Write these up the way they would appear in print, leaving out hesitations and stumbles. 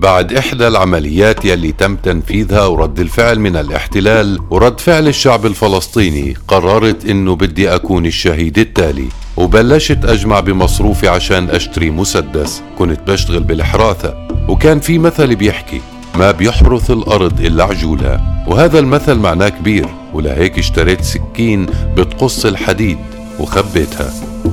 بعد إحدى العمليات يلي تم تنفيذها ورد الفعل من الاحتلال ورد فعل الشعب الفلسطيني، قررت إنه بدي أكون الشهيد التالي، وبلشت أجمع بمصروفي عشان أشتري مسدس. كنت بشتغل بالحراثة، وكان في مثل بيحكي ما بيحرث الأرض إلا عجولها، وهذا المثل معناه كبير، ولهيك اشتريت سكين بتقص الحديد وخبيتها.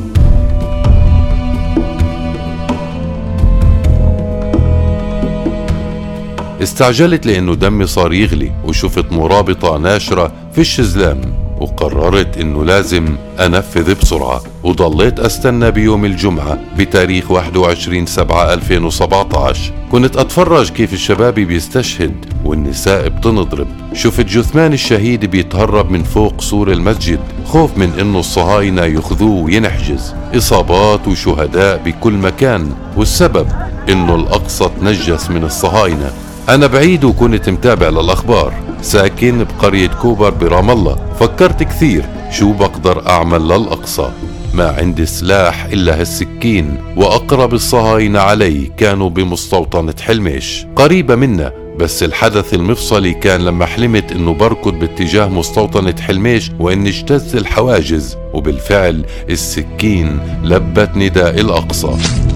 استعجلت لأنه دمي صار يغلي، وشفت مرابطة ناشرة في الشزلام، وقررت إنه لازم أنفذ بسرعة. وضليت أستنى بيوم الجمعة بتاريخ 21/7/2017. كنت أتفرج كيف الشباب بيستشهد والنساء بتنضرب. شفت جثمان الشهيد بيتهرب من فوق سور المسجد، خوف من إنه الصهاينة يخذوه وينحجز. إصابات وشهداء بكل مكان، والسبب إنه الأقصى تنجس من الصهاينة. أنا بعيد وكنت متابع للأخبار، ساكن بقرية كوبر برام الله. فكرت كثير شو بقدر أعمل للأقصى. ما عندي سلاح إلا هالسكين، وأقرب الصهاينة علي كانوا بمستوطنة حلميش قريبة منا. بس الحدث المفصلي كان لما حلمت إنه بركض باتجاه مستوطنة حلميش وإني اجتزت الحواجز، وبالفعل السكين لبت نداء الأقصى.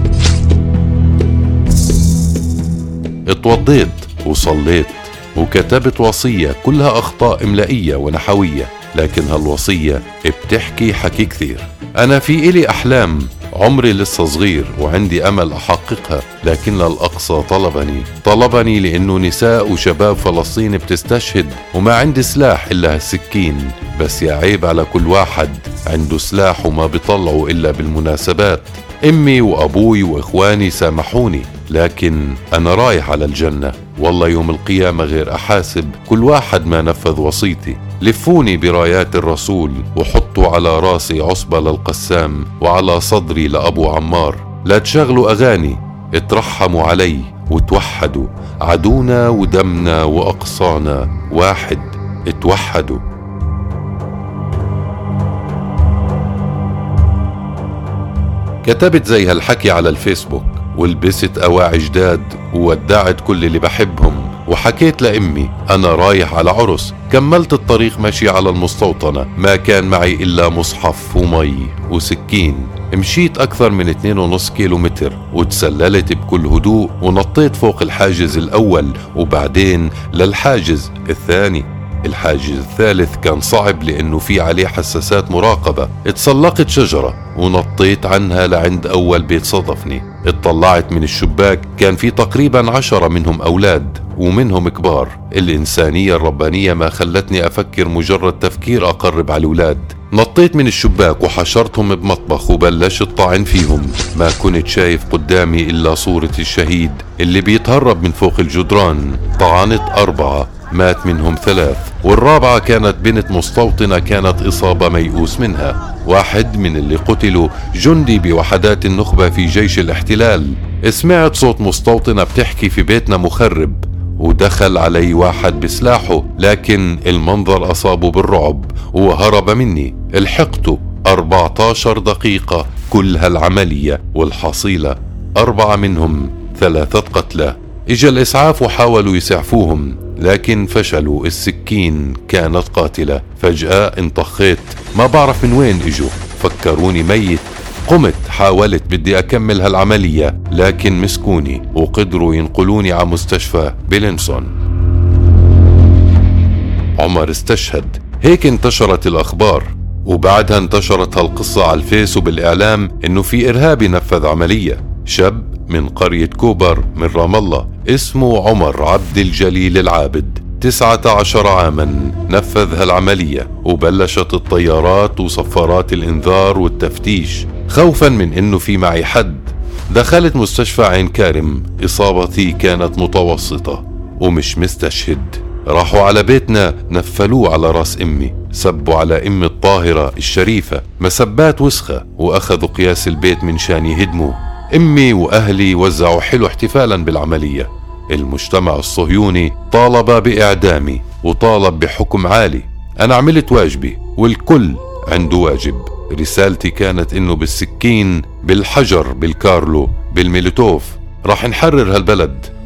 اتوضيت وصليت وكتبت وصية كلها أخطاء إملائية ونحوية، لكن هالوصية بتحكي حكي كثير. أنا في إلي أحلام، عمري لسه صغير وعندي أمل أحققها، لكن الأقصى طلبني لأنه نساء وشباب فلسطين بتستشهد وما عندي سلاح إلا هالسكين. بس يا عيب على كل واحد عنده سلاح وما بيطلعوا إلا بالمناسبات. أمي وأبوي وإخواني سامحوني، لكن أنا رايح على الجنة، والله يوم القيامة غير أحاسب كل واحد ما نفذ وصيتي. لفوني برايات الرسول وحطوا على راسي عصبة للقسام وعلى صدري لأبو عمار. لا تشغلوا أغاني، اترحموا علي وتوحدوا. عدونا ودمنا وأقصانا واحد، اتوحدوا. كتبت زي هالحكي على الفيسبوك، ولبست أواعي جداد وودعت كل اللي بحبهم، وحكيت لأمي أنا رايح على عرس. كملت الطريق ماشي على المستوطنة، ما كان معي إلا مصحف ومي وسكين. مشيت أكثر من 2.5 كيلومتر وتسللت بكل هدوء، ونطيت فوق الحاجز الأول وبعدين للحاجز الثاني. الحاجز الثالث كان صعب لأنه في عليه حساسات مراقبة. اتسلقت شجرة ونطيت عنها لعند أول بيت صدفني. اطلعت من الشباك، كان في تقريبا 10 منهم أولاد ومنهم كبار. الإنسانية الربانية ما خلتني أفكر مجرد تفكير أقرب على الأولاد. نطيت من الشباك وحشرتهم بمطبخ وبلشت طعن فيهم. ما كنت شايف قدامي إلا صورة الشهيد اللي بيتهرب من فوق الجدران. طعنت 4، مات منهم 3، والرابعة كانت بنت مستوطنة، كانت إصابة ميؤوس منها. واحد من اللي قتلوا جندي بوحدات النخبة في جيش الاحتلال. سمعت صوت مستوطنة بتحكي في بيتنا مخرب، ودخل علي واحد بسلاحه، لكن المنظر أصابه بالرعب وهرب مني. الحقته 14 دقيقة كل هالعملية، والحصيلة 4 منهم 3 قتلى. اجا الإسعاف وحاولوا يسعفوهم لكن فشلوا. السكين كانت قاتلة. فجأة انطخيت، ما بعرف من وين اجوا، فكروني ميت. قمت حاولت بدي أكمل هالعملية، لكن مسكوني وقدروا ينقلوني على مستشفى بيلينسون. عمر استشهد. هيك انتشرت الأخبار، وبعدها انتشرت هالقصة على الفيس وبالإعلام إنه في إرهابي نفذ عملية. شاب من قرية كوبر من رام الله اسمه عمر عبد الجليل العابد، 19 عاما، نفذ هالعملية. وبلشت الطيارات وصفارات الإنذار والتفتيش خوفا من إنه في معي حد. دخلت مستشفى عين كارم، إصابتي كانت متوسطة ومش مستشهد. راحوا على بيتنا، نفلوه على راس أمي، سبوا على أم الطاهرة الشريفة مسبات وسخة، وأخذوا قياس البيت من شان يهدموه. أمي وأهلي وزعوا حلو احتفالا بالعملية. المجتمع الصهيوني طالب بإعدامي وطالب بحكم عالي. أنا عملت واجبي والكل عنده واجب. رسالتي كانت إنه بالسكين، بالحجر، بالكارلو، بالميلوتوف راح نحرر هالبلد.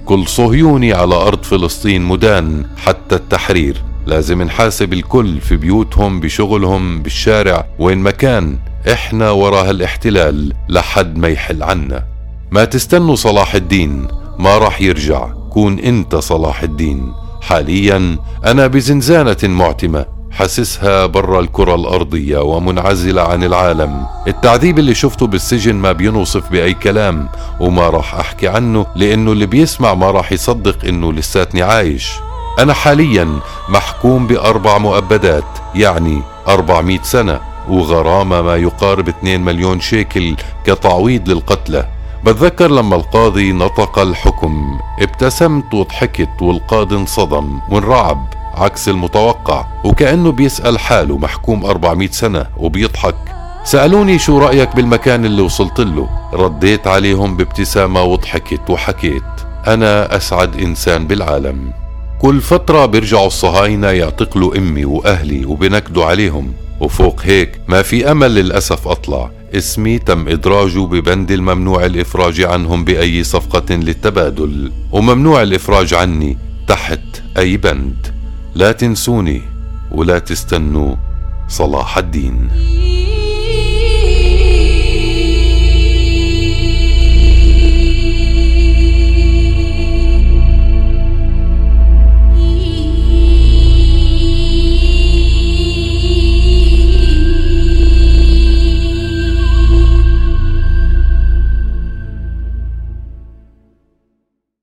كل صهيوني على أرض فلسطين مدان حتى التحرير. لازم نحاسب الكل في بيوتهم، بشغلهم، بالشارع، وين ما كان. إحنا وراء هالاحتلال لحد ما يحل عنا. ما تستنوا صلاح الدين، ما راح يرجع. كون أنت صلاح الدين. حاليا أنا بزنزانة معتمة، حاسسها برا الكرة الأرضية ومنعزلة عن العالم. التعذيب اللي شفته بالسجن ما بينوصف بأي كلام، وما راح أحكي عنه لأنه اللي بيسمع ما راح يصدق إنه لساتني عايش. أنا حاليا محكوم ب4 مؤبدات، يعني 400 سنة، وغرامة ما يقارب 2 مليون شيكل كتعويض للقتلى. بتذكر لما القاضي نطق الحكم ابتسمت وضحكت، والقاضي انصدم وانرعب عكس المتوقع، وكأنه بيسأل حاله محكوم 400 سنة وبيضحك. سألوني شو رأيك بالمكان اللي وصلت له، رديت عليهم بابتسامة وضحكت وحكيت أنا أسعد إنسان بالعالم. كل فترة بيرجعوا الصهاينة يعتقلوا أمي وأهلي وبنكدوا عليهم، وفوق هيك ما في أمل للأسف أطلع. اسمي تم إدراجه ببند الممنوع الإفراج عنهم بأي صفقة للتبادل، وممنوع الإفراج عني تحت أي بند. لا تنسوني ولا تستنوا صلاح الدين.